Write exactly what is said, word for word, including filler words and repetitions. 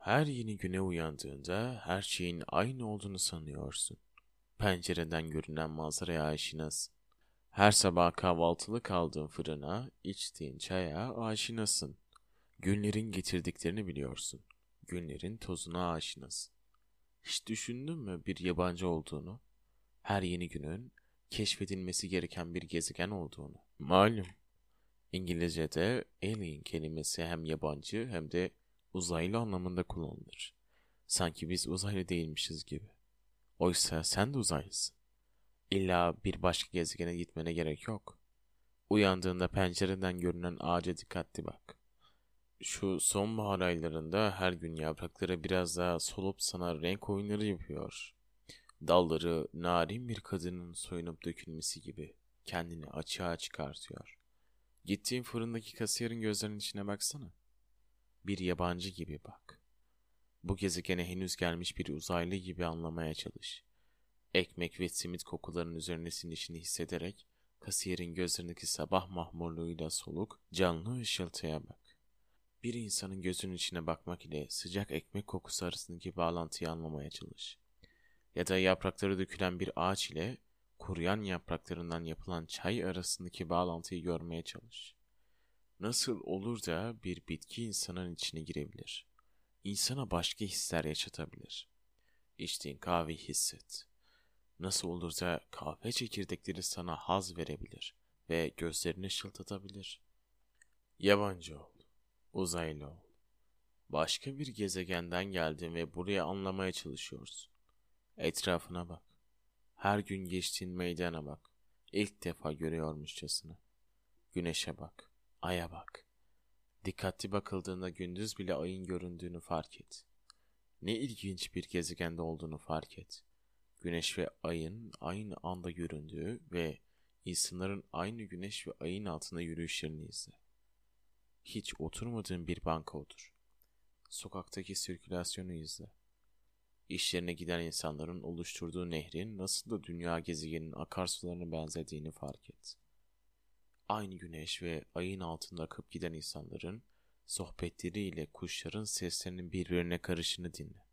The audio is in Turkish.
Her yeni güne uyandığında her şeyin aynı olduğunu sanıyorsun. Pencereden görünen manzaraya aşinasın. Her sabah kahvaltılık aldığın fırına, içtiğin çaya aşinasın. Günlerin getirdiklerini biliyorsun. Günlerin tozuna aşinasın. Hiç düşündün mü bir yabancı olduğunu? Her yeni günün keşfedilmesi gereken bir gezegen olduğunu. Malum, İngilizce'de alien kelimesi hem yabancı hem de uzaylı anlamında kullanılır. Sanki biz uzaylı değilmişiz gibi. Oysa sen de uzaylısın. İlla bir başka gezegene gitmene gerek yok. Uyandığında pencereden görünen ağaca dikkatli bak. Şu sonbahar aylarında her gün yaprakları biraz daha solup sana renk oyunları yapıyor. Dalları narin bir kadının soyunup dökülmesi gibi kendini açığa çıkartıyor. Gittiğin fırındaki kasiyerin gözlerinin içine baksana. Bir yabancı gibi bak. Bu gezegene henüz gelmiş bir uzaylı gibi anlamaya çalış. Ekmek ve simit kokularının üzerine sinişini hissederek kasiyerin gözlerindeki sabah mahmurluğuyla soluk, canlı ışıltıya bak. Bir insanın gözünün içine bakmak ile sıcak ekmek kokusu arasındaki bağlantıyı anlamaya çalış. Ya da yaprakları dökülen bir ağaç ile kuruyan yapraklarından yapılan çay arasındaki bağlantıyı görmeye çalış. Nasıl olur da bir bitki insanın içine girebilir? İnsana başka hisler yaşatabilir. İçtiğin kahveyi hisset. Nasıl olur da kahve çekirdekleri sana haz verebilir ve gözlerini ışıldatabilir? Yabancı ol, uzaylı ol. Başka bir gezegenden geldin ve buraya anlamaya çalışıyorsun. Etrafına bak. Her gün geçtiğin meydana bak. İlk defa görüyormuşçasına. Güneşe bak, aya bak. Dikkatli bakıldığında gündüz bile ayın göründüğünü fark et. Ne ilginç bir gezegende olduğunu fark et. Güneş ve ayın aynı anda göründüğü ve insanların aynı güneş ve ayın altında yürüyüşlerini izle. Hiç oturmadığın bir banka otur. Sokaktaki sirkülasyonu izle. İş yerine giden insanların oluşturduğu nehrin nasıl da dünya gezegeninin akarsularına benzediğini fark et. Aynı güneş ve ayın altında akıp giden insanların sohbetleriyle kuşların seslerinin birbirine karışını dinle.